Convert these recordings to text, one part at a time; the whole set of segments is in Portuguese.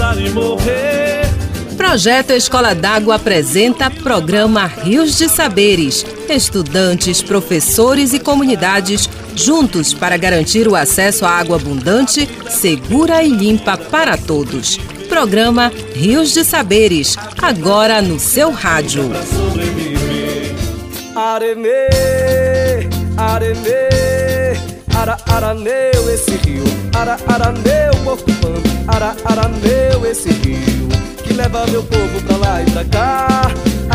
nadar e morrer. Projeto Escola d'Água apresenta programa Rios de Saberes. Estudantes, professores e comunidades juntos para garantir o acesso à água abundante, segura e limpa para todos. Programa Rios de Saberes, agora no seu rádio. Aremê, aremê, araneu esse rio, araneu Porto Pampo, araneu esse rio, que leva meu povo pra lá e pra cá.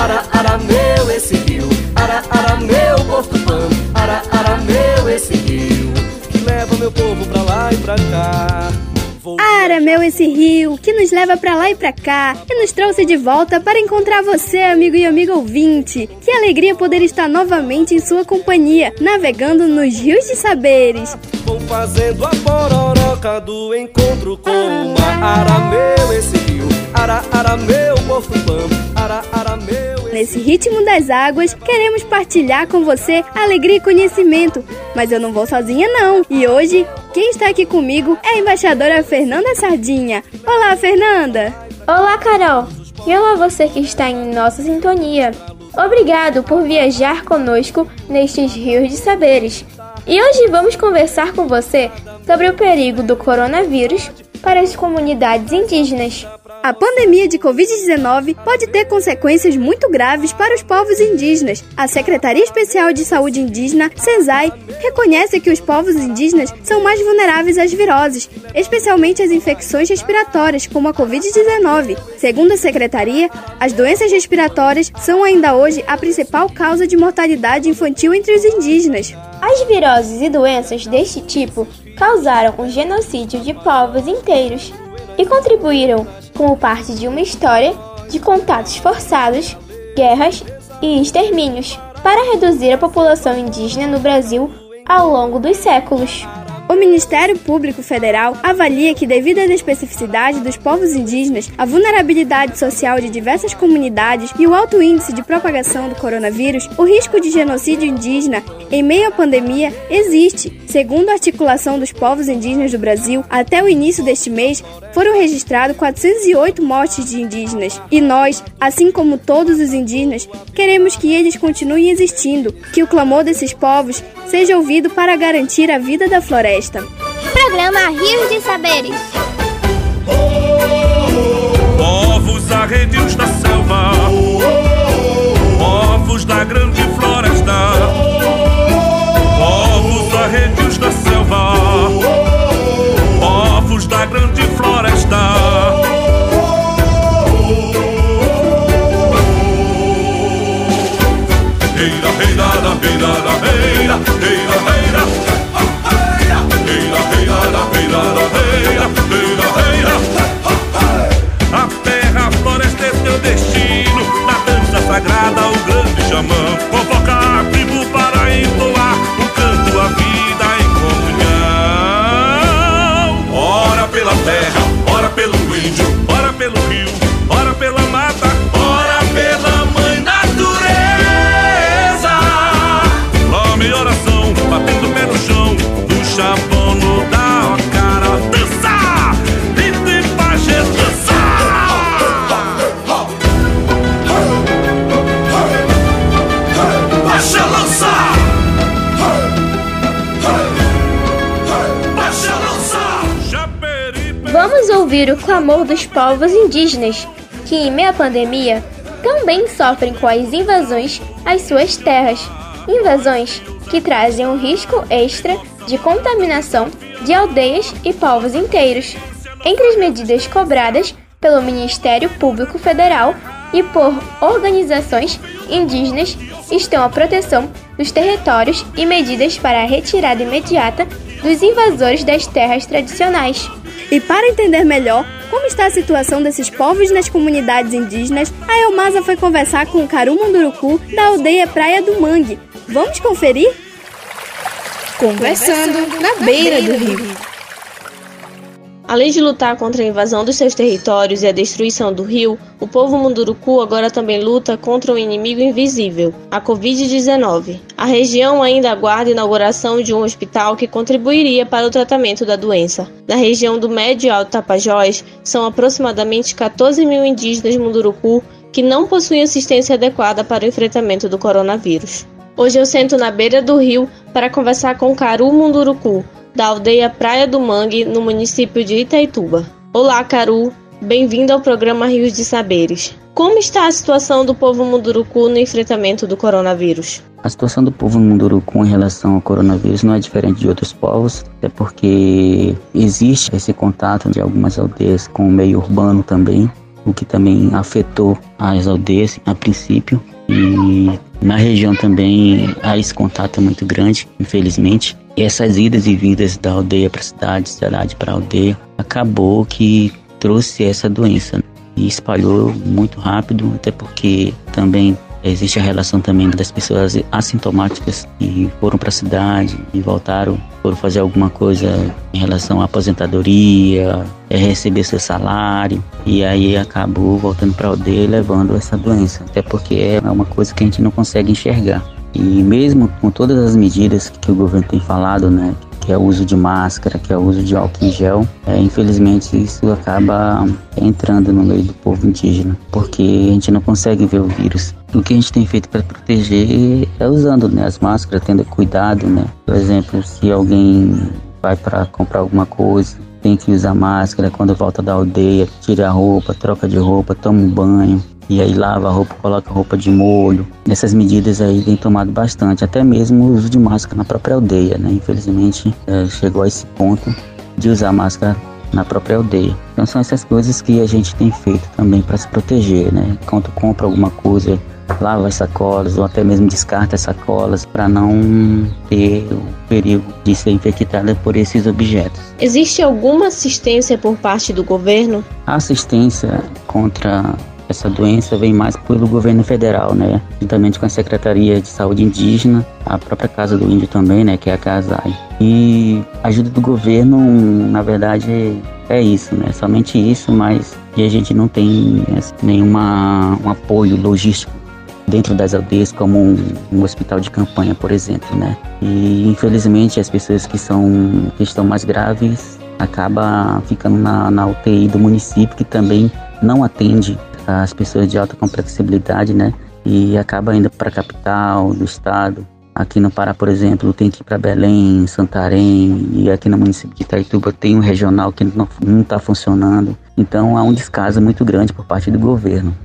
Araneu esse rio, araneu Porto Pampo, araneu esse rio, que leva meu povo pra lá e pra cá. Arameu esse rio, que nos leva pra lá e pra cá e nos trouxe de volta para encontrar você, amigo e amiga ouvinte. Que alegria poder estar novamente em sua companhia, navegando nos rios de saberes. Vou fazendo a pororoca do encontro com o mar. Arameu esse rio, arameu Porto Pampo, arameu. Nesse ritmo das águas, queremos partilhar com você alegria e conhecimento. Mas eu não vou sozinha não. E hoje, quem está aqui comigo é a embaixadora Fernanda Sardinha. Olá, Fernanda! Olá, Carol! E olá você que está em nossa sintonia. Obrigado por viajar conosco nestes rios de saberes. E hoje vamos conversar com você sobre o perigo do coronavírus para as comunidades indígenas. A pandemia de Covid-19 pode ter consequências muito graves para os povos indígenas. A Secretaria Especial de Saúde Indígena, SESAI, reconhece que os povos indígenas são mais vulneráveis às viroses, especialmente às infecções respiratórias, como a Covid-19. Segundo a Secretaria, as doenças respiratórias são ainda hoje a principal causa de mortalidade infantil entre os indígenas. As viroses e doenças deste tipo causaram o genocídio de povos inteiros e contribuíram como parte de uma história de contatos forçados, guerras e extermínios para reduzir a população indígena no Brasil ao longo dos séculos. O Ministério Público Federal avalia que, devido à especificidade dos povos indígenas, a vulnerabilidade social de diversas comunidades e o alto índice de propagação do coronavírus, o risco de genocídio indígena em meio à pandemia existe. Segundo a Articulação dos Povos Indígenas do Brasil, até o início deste mês, foram registrados 408 mortes de indígenas. E nós, assim como todos os indígenas, queremos que eles continuem existindo, que o clamor desses povos seja ouvido para garantir a vida da floresta. Programa Rios de Saberes. Povos arredios da selva, povos da grande floresta, povos arredios da selva, povos da grande floresta. Reira, reira, reira, reira, reira, reira. A terra, a floresta é teu destino. Na dança sagrada, o grande xamã convoca a tribo para entoar um canto à vida em comunhão. Ora pela terra, ora pelo índio, ora pelo rio, ora pela mata, ora pela mãe natureza. Clame e oração, batendo o pé no chão, do chabono da cara, dança, grito e pajé, dança. Baixa a lança, baixa a lança. Vamos ouvir o clamor dos povos indígenas, que em meio à pandemia também sofrem com as invasões às suas terras. Invasões que trazem um risco extra de contaminação de aldeias e povos inteiros. Entre as medidas cobradas pelo Ministério Público Federal e por organizações indígenas estão a proteção dos territórios e medidas para a retirada imediata dos invasores das terras tradicionais. E para entender melhor como está a situação desses povos nas comunidades indígenas, a Elmasa foi conversar com o Caru Munduruku da aldeia Praia do Mangue. Vamos conferir? Conversando na beira do rio. Além de lutar contra a invasão dos seus territórios e a destruição do rio, o povo Munduruku agora também luta contra um inimigo invisível, a Covid-19. A região ainda aguarda a inauguração de um hospital que contribuiria para o tratamento da doença. Na região do Médio e Alto Tapajós, são aproximadamente 14 mil indígenas Munduruku que não possuem assistência adequada para o enfrentamento do coronavírus. Hoje eu sento na beira do rio para conversar com Caru Munduruku, da aldeia Praia do Mangue, no município de Itaituba. Olá, Caru. Bem-vindo ao programa Rios de Saberes. Como está a situação do povo Munduruku no enfrentamento do coronavírus? A situação do povo Munduruku em relação ao coronavírus não é diferente de outros povos, até porque existe esse contato de algumas aldeias com o meio urbano também, o que também afetou as aldeias a princípio. E na região também há esse contato muito grande, infelizmente. E essas idas e vindas da aldeia para a cidade, cidade para a aldeia, acabou que trouxe essa doença, né? E espalhou muito rápido, até porque também existe a relação também das pessoas assintomáticas que foram para a cidade e voltaram, foram fazer alguma coisa em relação à aposentadoria, receber seu salário, e aí acabou voltando para a aldeia e levando essa doença, até porque é uma coisa que a gente não consegue enxergar. E mesmo com todas as medidas que o governo tem falado, né, que é o uso de máscara, que é o uso de álcool em gel, infelizmente isso acaba entrando no meio do povo indígena, porque a gente não consegue ver o vírus. O que a gente tem feito para proteger é usando, né, as máscaras, tendo cuidado, né. Por exemplo, se alguém vai para comprar alguma coisa, tem que usar máscara. Quando volta da aldeia, tira a roupa, troca de roupa, toma um banho, e aí lava a roupa, coloca a roupa de molho. Essas medidas aí têm tomado bastante, até mesmo o uso de máscara na própria aldeia, né? Infelizmente chegou a esse ponto de usar máscara na própria aldeia. Então são essas coisas que a gente tem feito também para se proteger, né? Quando compra alguma coisa, lava as sacolas ou até mesmo descarta as sacolas para não ter o perigo de ser infectada por esses objetos. Existe alguma assistência por parte do governo? A assistência contra essa doença vem mais pelo governo federal, né? Juntamente com a Secretaria de Saúde Indígena, a própria Casa do Índio também, né? Que é a CASAI. E a ajuda do governo, na verdade, é isso, né? Somente isso, mas a gente não tem nenhum apoio logístico dentro das aldeias, como um hospital de campanha, por exemplo, né? E infelizmente as pessoas que estão mais graves acabam ficando na UTI do município, que também não atende as pessoas de alta complexibilidade, né? E acaba indo para a capital do estado. Aqui no Pará, por exemplo, tem que ir para Belém, Santarém, e aqui no município de Itaituba tem um regional que não está funcionando. Então há um descaso muito grande por parte do governo.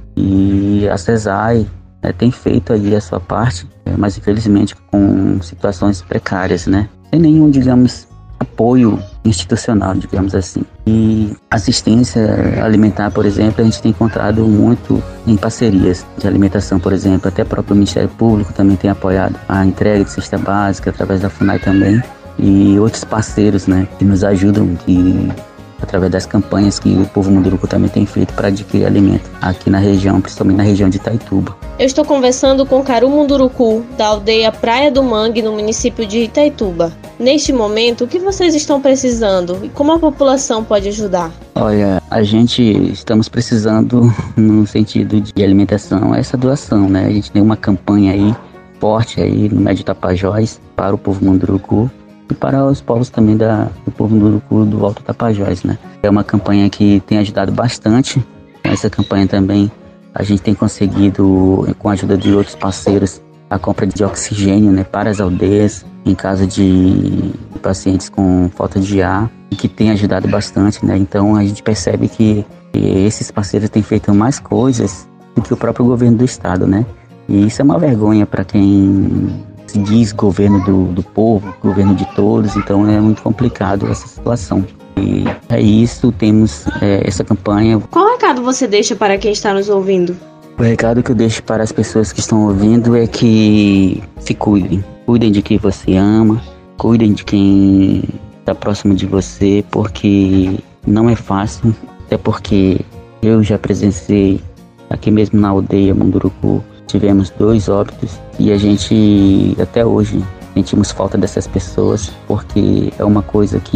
E a CESAI tem feito ali a sua parte, mas infelizmente com situações precárias, né? Sem nenhum, digamos, apoio institucional, digamos assim. E assistência alimentar, por exemplo, a gente tem encontrado muito em parcerias de alimentação, por exemplo. Até o próprio Ministério Público também tem apoiado a entrega de cesta básica através da FUNAI também, e outros parceiros, né, que nos ajudam através das campanhas que o povo Munduruku também tem feito para adquirir alimento aqui na região, principalmente na região de Itaituba. Eu estou conversando com Caru Munduruku, da aldeia Praia do Mangue, no município de Itaituba. Neste momento, o que vocês estão precisando e como a população pode ajudar? Olha, a gente estamos precisando no sentido de alimentação, essa doação, né? A gente tem uma campanha aí forte aí no Médio Tapajós para o povo Munduruku e para os povos também do povo Munduruku do Alto Tapajós, né? É uma campanha que tem ajudado bastante. Essa campanha também a gente tem conseguido, com a ajuda de outros parceiros, a compra de oxigênio, né, para as aldeias, em caso de pacientes com falta de ar, que tem ajudado bastante, né? Então a gente percebe que esses parceiros têm feito mais coisas do que o próprio governo do estado, né? E isso é uma vergonha para quem se diz governo do povo, governo de todos, então é muito complicado essa situação. E é isso, temos essa campanha. Qual recado você deixa para quem está nos ouvindo? O recado que eu deixo para as pessoas que estão ouvindo é que se cuidem. Cuidem de quem você ama, cuidem de quem está próximo de você, porque não é fácil, até porque eu já presenciei aqui mesmo na aldeia Munduruku, tivemos 2 óbitos e a gente até hoje sentimos falta dessas pessoas, porque é uma coisa que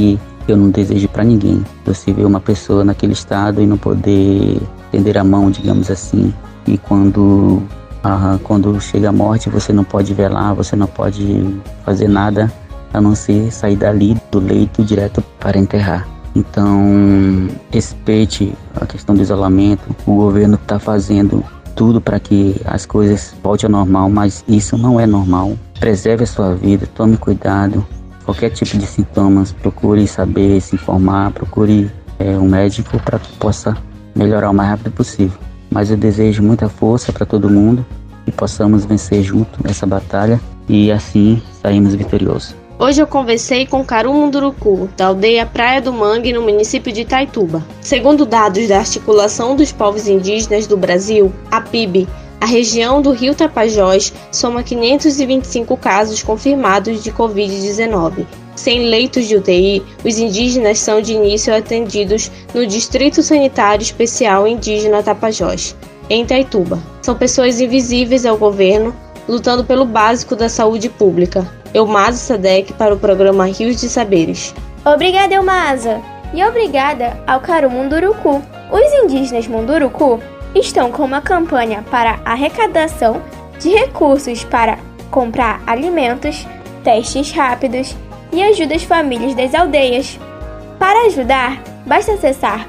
eu não desejo para ninguém. Você vê uma pessoa naquele estado e não poder estender a mão, digamos assim, e quando chega a morte você não pode velar, você não pode fazer nada a não ser sair dali do leito direto para enterrar. Então, respeite a questão do isolamento. O governo está fazendo tudo para que as coisas voltem ao normal, mas isso não é normal. Preserve a sua vida, tome cuidado. Qualquer tipo de sintomas, procure saber, se informar, procure um médico para que possa melhorar o mais rápido possível. Mas eu desejo muita força para todo mundo e possamos vencer junto nessa batalha e assim saímos vitoriosos. Hoje eu conversei com Caru Munduruku, da aldeia Praia do Mangue, no município de Itaituba. Segundo dados da Articulação dos Povos Indígenas do Brasil, a PIB, a região do Rio Tapajós soma 525 casos confirmados de Covid-19. Sem leitos de UTI, os indígenas são de início atendidos no Distrito Sanitário Especial Indígena Tapajós, em Itaituba. São pessoas invisíveis ao governo, lutando pelo básico da saúde pública. Eumasa Sadek para o programa Rios de Saberes. Obrigada, Eumasa! E obrigada ao Caru Munduruku. Os indígenas Munduruku estão com uma campanha para arrecadação de recursos para comprar alimentos, testes rápidos e ajuda às famílias das aldeias. Para ajudar, basta acessar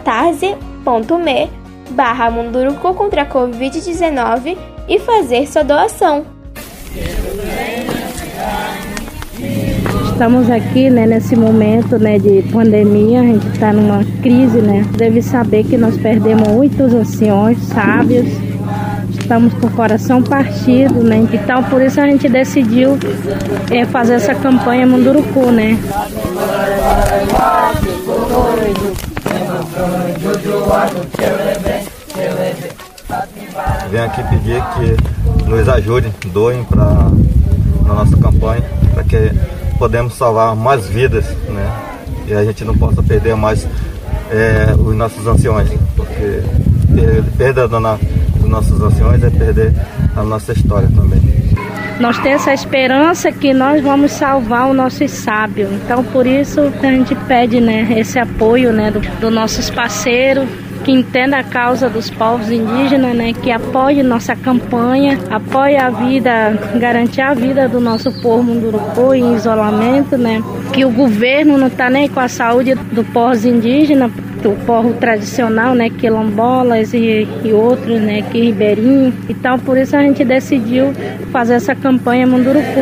catarse.me/Munduruku contra a Covid-19 e fazer sua doação. Estamos aqui, nesse momento, de pandemia, a gente está numa crise, Deve saber que nós perdemos muitos anciões, sábios, estamos com o coração partido, Então, por isso a gente decidiu fazer essa campanha Munduruku, Venho aqui pedir que nos ajudem, doem na nossa campanha, para que podemos salvar mais vidas, E a gente não possa perder mais os nossos anciões, porque perda dos nossos anciões é perder a nossa história também. Nós temos essa esperança que nós vamos salvar o nosso sábio. Então, por isso a gente pede, esse apoio, dos nossos parceiros, que entenda a causa dos povos indígenas, que apoie nossa campanha, apoie a vida, garantir a vida do nosso povo Munduruku em isolamento, que o governo não está nem com a saúde do povo indígena, do povo tradicional, quilombolas e outros, que ribeirinho. Então, por isso a gente decidiu fazer essa campanha Munduruku,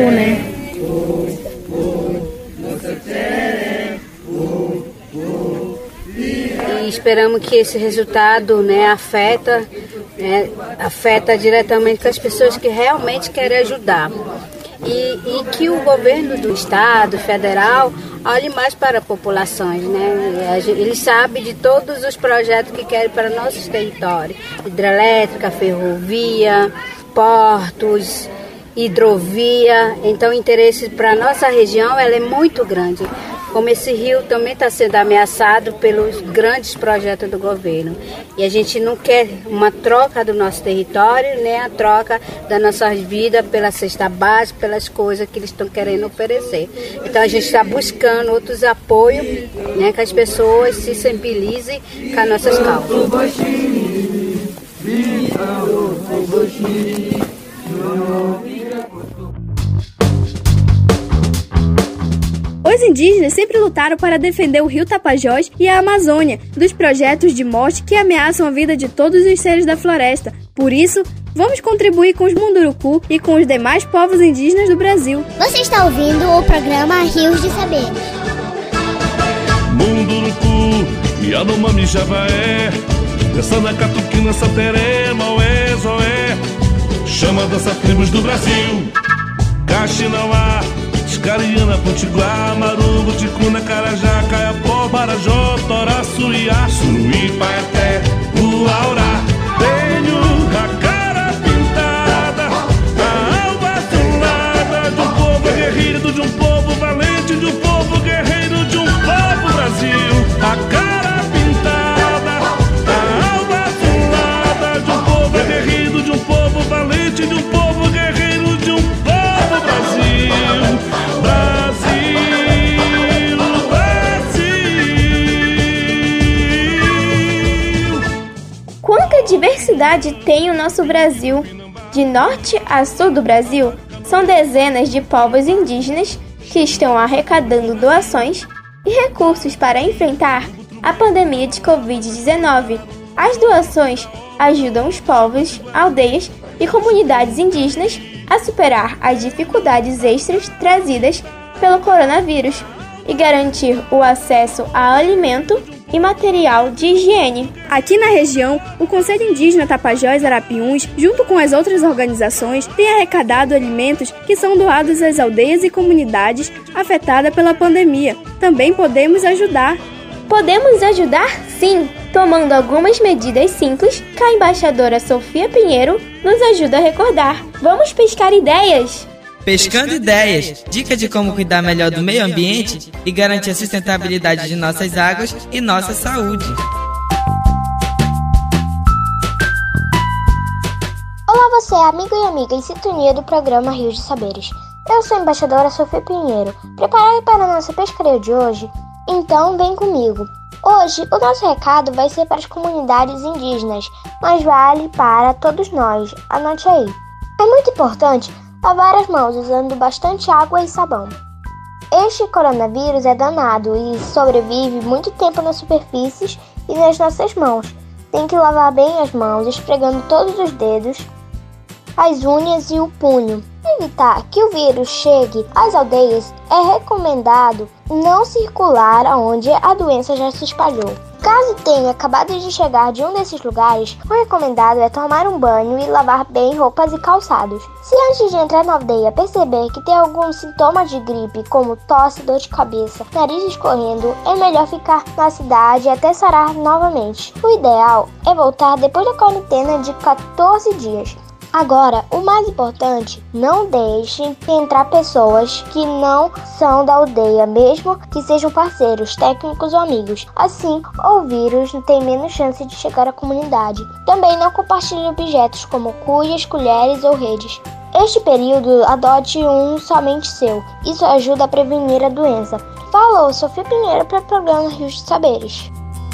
Esperamos que esse resultado afeta diretamente com as pessoas que realmente querem ajudar. E que o governo do estado, federal, olhe mais para populações, Eles sabem de todos os projetos que querem para nossos territórios. Hidrelétrica, ferrovia, portos, hidrovia. Então o interesse para a nossa região ela é muito grande. Como esse rio também está sendo ameaçado pelos grandes projetos do governo. E a gente não quer uma troca do nosso território, nem a troca das nossas vidas pela cesta básica, pelas coisas que eles estão querendo oferecer. Então a gente está buscando outros apoios, que as pessoas se sensibilizem com as nossas causas. Os indígenas sempre lutaram para defender o Rio Tapajós e a Amazônia dos projetos de morte que ameaçam a vida de todos os seres da floresta. Por isso, vamos contribuir com os Munduruku e com os demais povos indígenas do Brasil. Você está ouvindo o programa Rios de Saberes. Munduruku, Yanomami Javaé, Tessana Catuquina, Sateré, Maué, Zoé, chama dança tribos do Brasil, Caxinauá, Escariana, Potiguar, Marumbo, Ticuna, Carajá, Caiapó, Marajó, Torá, Suiá, Suruí, Paeté, Uaurá. Tenho a cara pintada, a alma azulada de um povo guerreiro, de um povo valente, de um povo guerreiro, de um povo Brasil. A cara pintada, a alma azulada de um povo guerreiro, de um povo valente, de um povo guerreiro, de um povo Brasil. Brasil, Brasil. quantidade tem o nosso Brasil? De norte a sul do Brasil, são dezenas de povos indígenas que estão arrecadando doações e recursos para enfrentar a pandemia de Covid-19. As doações ajudam os povos, aldeias e comunidades indígenas a superar as dificuldades extras trazidas pelo coronavírus e garantir o acesso a alimento e material de higiene. Aqui na região, o Conselho Indígena Tapajós Arapiuns, junto com as outras organizações, tem arrecadado alimentos que são doados às aldeias e comunidades afetadas pela pandemia. Também podemos ajudar. Podemos ajudar, sim, tomando algumas medidas simples que a embaixadora Sofia Pinheiro nos ajuda a recordar. Vamos pescar ideias! Pescando ideias, dica de como cuidar melhor do meio ambiente e garantir a sustentabilidade de nossas águas e nossa saúde. Olá você, amigo e amiga em sintonia do programa Rios de Saberes. Eu sou a embaixadora Sofia Pinheiro. Preparada para a nossa pescaria de hoje? Então vem comigo. Hoje o nosso recado vai ser para as comunidades indígenas, mas vale para todos nós. Anote aí. É muito importante lavar as mãos usando bastante água e sabão. Este coronavírus é danado e sobrevive muito tempo nas superfícies e nas nossas mãos. Tem que lavar bem as mãos, esfregando todos os dedos, as unhas e o punho. Para evitar que o vírus chegue às aldeias, é recomendado não circular aonde a doença já se espalhou. Caso tenha acabado de chegar de um desses lugares, o recomendado é tomar um banho e lavar bem roupas e calçados. Se antes de entrar na aldeia perceber que tem algum sintoma de gripe, como tosse, dor de cabeça, nariz escorrendo, é melhor ficar na cidade até sarar novamente. O ideal é voltar depois da quarentena de 14 dias. Agora, o mais importante, não deixem entrar pessoas que não são da aldeia, mesmo que sejam parceiros, técnicos ou amigos. Assim, o vírus tem menos chance de chegar à comunidade. Também não compartilhe objetos como cuias, colheres ou redes. Este período, adote um somente seu. Isso ajuda a prevenir a doença. Falou, Sofia Pinheiro para o programa Rios de Saberes.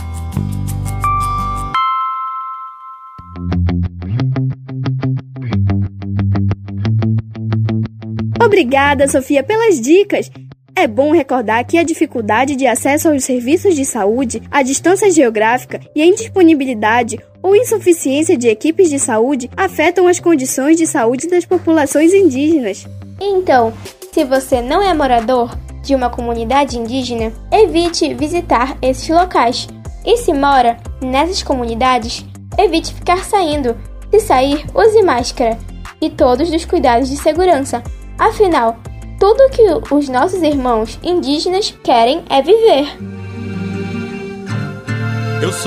Obrigada, Sofia, pelas dicas! É bom recordar que a dificuldade de acesso aos serviços de saúde, a distância geográfica e a indisponibilidade ou insuficiência de equipes de saúde afetam as condições de saúde das populações indígenas. Então, se você não é morador de uma comunidade indígena, evite visitar esses locais. E se mora nessas comunidades, evite ficar saindo. Se sair, use máscara e todos os cuidados de segurança. Afinal, tudo que os nossos irmãos indígenas querem é viver. Eu sou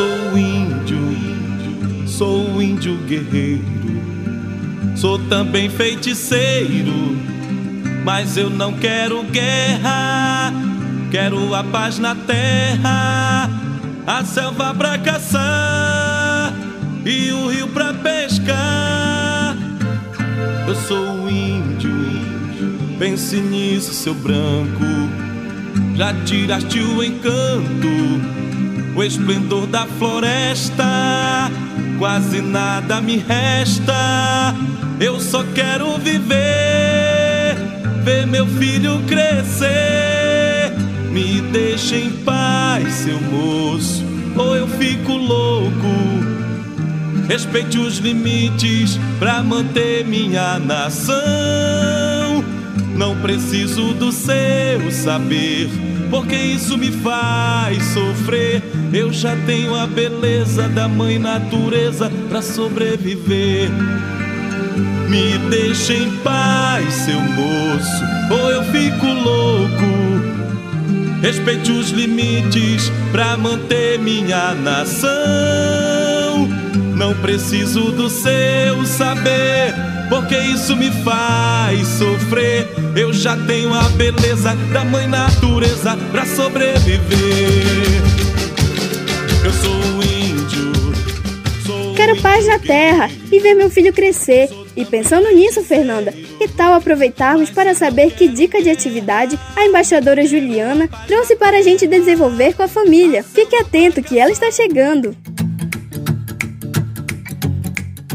índio guerreiro, sou também feiticeiro, mas eu não quero guerra, quero a paz na terra, a selva pra caçar e o rio pra pescar. Eu sou índio, pense nisso, seu branco. Já tiraste o encanto, o esplendor da floresta. Quase nada me resta. Eu só quero viver, ver meu filho crescer. Me deixa em paz, seu moço, ou eu fico louco. Respeite os limites pra manter minha nação. Não preciso do seu saber, porque isso me faz sofrer. Eu já tenho a beleza da mãe natureza pra sobreviver. Me deixa em paz, seu moço, ou eu fico louco. Respeite os limites pra manter minha nação. Não preciso do seu saber, porque isso me faz sofrer. Eu já tenho a beleza da mãe natureza pra sobreviver. Eu sou um índio, Quero paz na terra e ver meu filho crescer. E pensando nisso, Fernanda, que tal aproveitarmos para saber que dica de atividade a embaixadora Juliana trouxe para a gente desenvolver com a família? Fique atento que ela está chegando!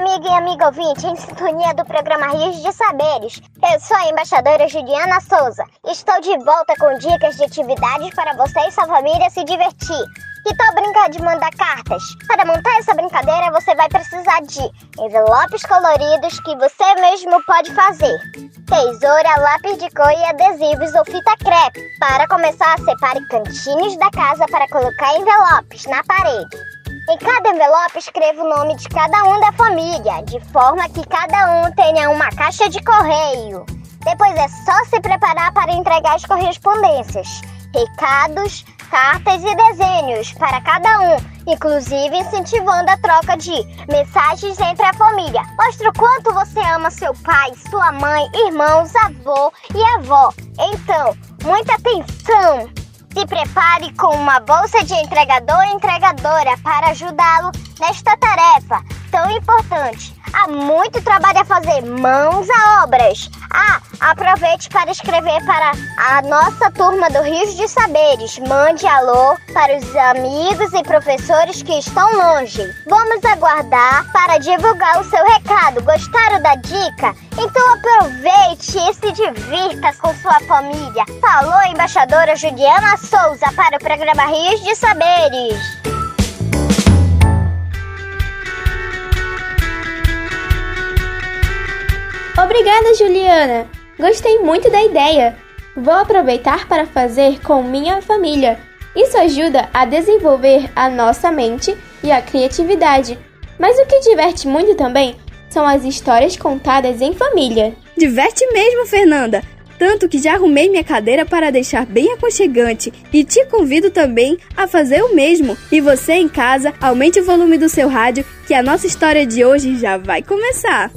amiga e amigo ouvinte em sintonia do programa Rios de Saberes. Eu sou a embaixadora Juliana Souza. Estou de volta com dicas de atividades para você e sua família se divertir. Que tal brincar de mandar cartas? Para montar essa brincadeira, você vai precisar de envelopes coloridos que você mesmo pode fazer, tesoura, lápis de cor e adesivos ou fita crepe. Para começar, separe cantinhos da casa para colocar envelopes na parede. Em cada envelope, escreva o nome de cada um da família, de forma que cada um tenha uma caixa de correio. Depois é só se preparar para entregar as correspondências, recados, cartas e desenhos para cada um, inclusive incentivando a troca de mensagens entre a família. Mostre o quanto você ama seu pai, sua mãe, irmãos, avô e avó. Então, muita atenção! Se prepare com uma bolsa de entregador e entregadora para ajudá-lo nesta tarefa tão importante. Há muito trabalho a fazer, mãos à obras. Aproveite para escrever para a nossa turma do Rios de Saberes. Mande alô para os amigos e professores que estão longe. Vamos aguardar para divulgar o seu recado. Gostaram da dica? Então aproveite e se divirta com sua família. Falou a embaixadora Juliana Souza para o programa Rios de Saberes. Obrigada, Juliana! Gostei muito da ideia! Vou aproveitar para fazer com minha família. Isso ajuda a desenvolver a nossa mente e a criatividade. Mas o que diverte muito também são as histórias contadas em família. Diverte mesmo, Fernanda! Tanto que já arrumei minha cadeira para deixar bem aconchegante e te convido também a fazer o mesmo. E você em casa, aumente o volume do seu rádio que a nossa história de hoje já vai começar.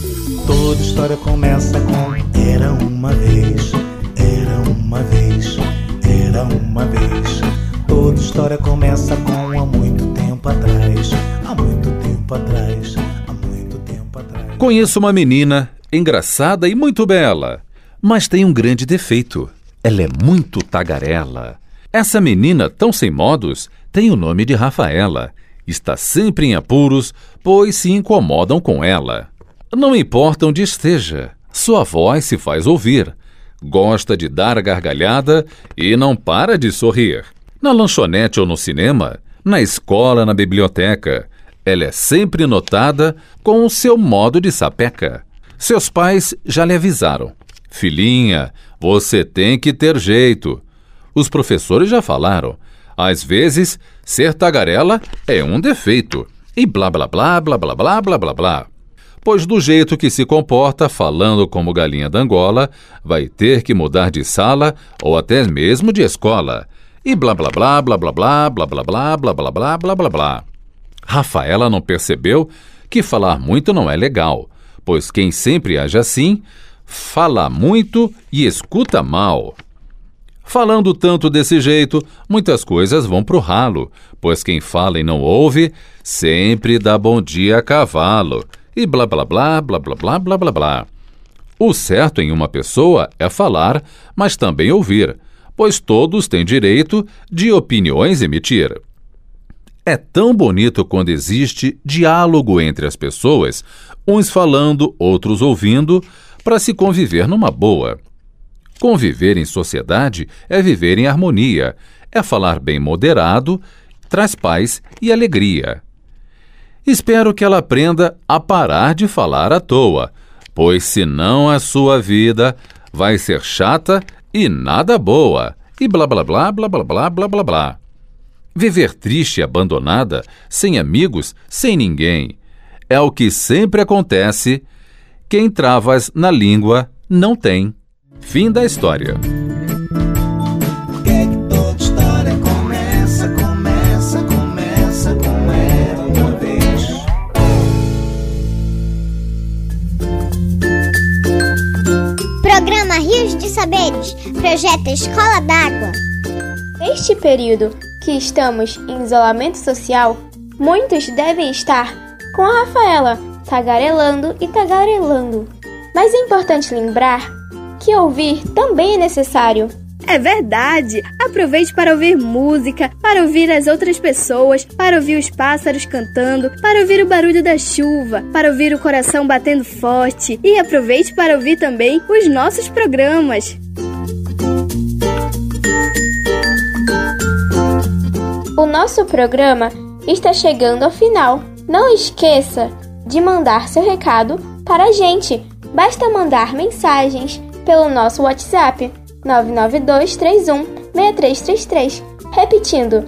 Toda história começa com era uma vez, era uma vez, era uma vez. Toda história começa com há muito tempo atrás, há muito tempo atrás, há muito tempo atrás. Conheço uma menina engraçada e muito bela, mas tem um grande defeito. Ela é muito tagarela. Essa menina tão sem modos tem o nome de Rafaela. Está sempre em apuros, pois se incomodam com ela. Não importa onde esteja, sua voz se faz ouvir. Gosta de dar gargalhada e não para de sorrir. Na lanchonete ou no cinema, na escola, na biblioteca, ela é sempre notada com o seu modo de sapeca. Seus pais já lhe avisaram. Filhinha, você tem que ter jeito. Os professores já falaram. Às vezes, ser tagarela é um defeito. E blá blá blá blá blá blá blá blá blá. Pois do jeito que se comporta, falando como galinha da Angola, vai ter que mudar de sala ou até mesmo de escola. E blá blá blá blá blá blá blá blá blá blá blá blá blá blá blá. Rafaela não percebeu que falar muito não é legal, pois quem sempre age assim, fala muito e escuta mal. Falando tanto desse jeito, muitas coisas vão pro ralo, pois quem fala e não ouve, sempre dá bom dia a cavalo. E blá blá blá blá blá blá blá blá blá. O certo em uma pessoa é falar, mas também ouvir, pois todos têm direito de opiniões emitir. É tão bonito quando existe diálogo entre as pessoas, uns falando, outros ouvindo, para se conviver numa boa. Conviver em sociedade é viver em harmonia, é falar bem moderado, traz paz e alegria. Espero que ela aprenda a parar de falar à toa, pois senão a sua vida vai ser chata e nada boa. E blá blá blá blá blá blá blá blá blá. Viver triste e abandonada, sem amigos, sem ninguém, é o que sempre acontece. Quem travas na língua não tem. Fim da história. Toda história começa com era uma vez. Programa Rios de Saberes, projeto Escola d'Água. Neste período que estamos em isolamento social, muitos devem estar com a Rafaela, tagarelando e tagarelando. Mas é importante lembrar que ouvir também é necessário. É verdade! Aproveite para ouvir música, para ouvir as outras pessoas, para ouvir os pássaros cantando, para ouvir o barulho da chuva, para ouvir o coração batendo forte e aproveite para ouvir também os nossos programas. O nosso programa está chegando ao final. Não esqueça de mandar seu recado para a gente. Basta mandar mensagens pelo nosso WhatsApp 992316333. Repetindo,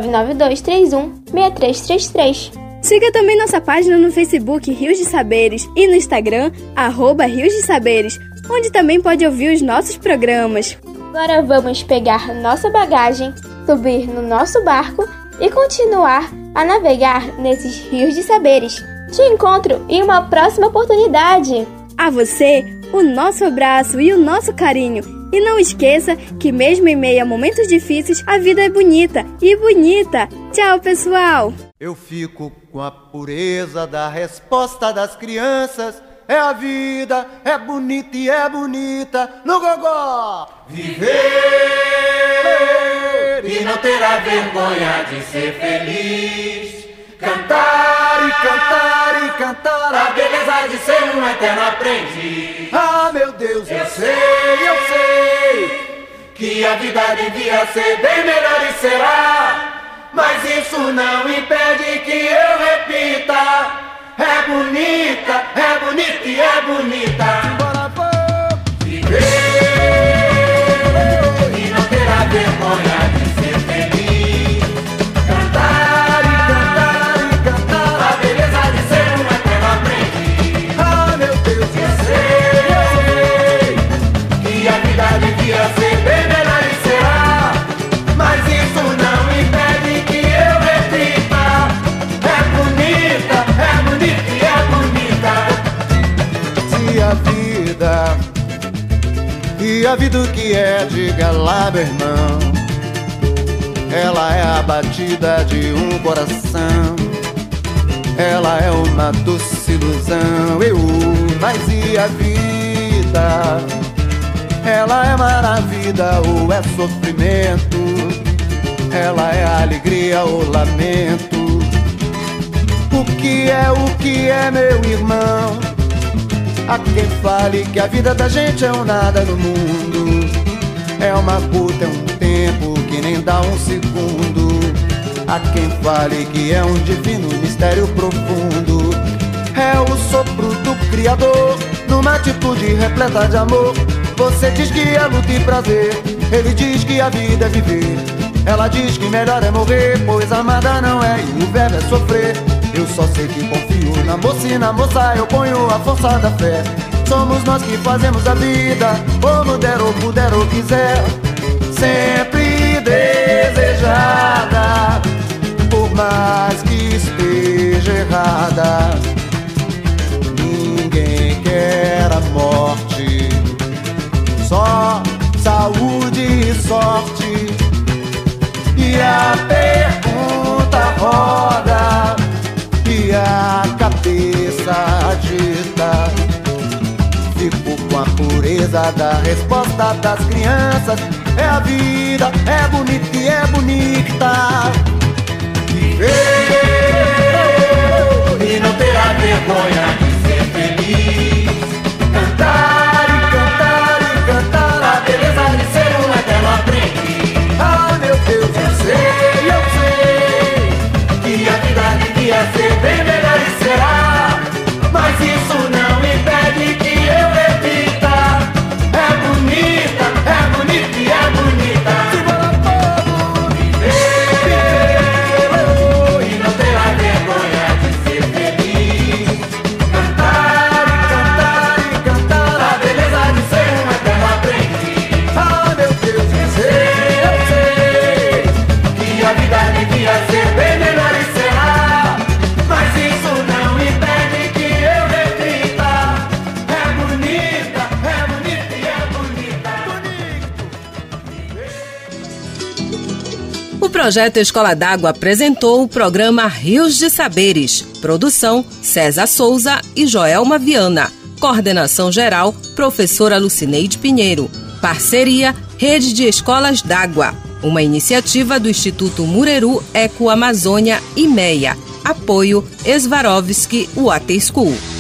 992316333. Siga também nossa página no Facebook Rios de Saberes e no Instagram @Rios de Saberes, onde também pode ouvir os nossos programas. Agora vamos pegar nossa bagagem, subir no nosso barco e continuar a navegar nesses rios de saberes. Te encontro em uma próxima oportunidade. A você, o nosso abraço e o nosso carinho. E não esqueça que mesmo em meio a momentos difíceis, a vida é bonita e bonita. Tchau, pessoal! Eu fico com a pureza da resposta das crianças. É a vida, é bonita e é bonita no gogó. Viver e não terá vergonha de ser feliz. Cantar e cantar e cantar a beleza de ser um eterno aprendiz. Ah, meu Deus, eu sei que a vida devia ser bem melhor e será. Mas isso não impede que eu repita. É bonita e é bonita. Bora, viver e não terá vergonha de ser feliz. Cantar e cantar e cantar a beleza de ser um eterno aprendiz. Ah, meu Deus, eu sei que a vida devia ser bem melhor e será. Mas isso não impede que eu repita. É bonita e é bonita. Se a vida o que é, diga lá, meu irmão. Ela é a batida de um coração. Ela é uma doce ilusão. Mas e a vida? Ela é maravilha ou é sofrimento? Ela é alegria ou lamento? O que é, meu irmão? Há quem fale que a vida da gente é um nada no mundo. É uma puta, é um tempo que nem dá um segundo. Há quem fale que é um divino mistério profundo. É o sopro do Criador, numa atitude repleta de amor. Você diz que é luta e prazer, ele diz que a vida é viver. Ela diz que melhor é morrer, pois amada não é e o verbo é sofrer. Eu só sei que confio na moça e na moça eu ponho a força da fé. Somos nós que fazemos a vida, como der ou puder ou quiser. Sempre desejada, por mais que esteja errada. Ninguém quer a morte, só saúde e sorte. E a pergunta roda e a cabeça agita. Fico com a pureza da resposta das crianças. É a vida, é bonita e é bonita. Viver e não terá vergonha de ser feliz. Cantar e cantar e cantar a beleza de ser um eterno aprendiz. Ah, meu Deus, eu sei que a vida devia ser bem melhor e será. Mas isso não impede que eu repita. É bonita e é bonita. Viver e não terá vergonha de ser feliz. Cantar e cantar e cantar a beleza de ser um eterno aprendiz. Ah, meu Deus, eu sei que a vida devia ser bem melhor e será. Mas isso não impede que eu repita. É bonita e é bonita. O Projeto Escola d'Água apresentou o programa Rios de Saberes. Produção César Souza e Joelma Viana. Coordenação geral, professora Lucineide Pinheiro. Parceria Rede de Escolas d'Água, uma iniciativa do Instituto Mureru Eco Amazônia e MEA. Apoio Swarovski Water School.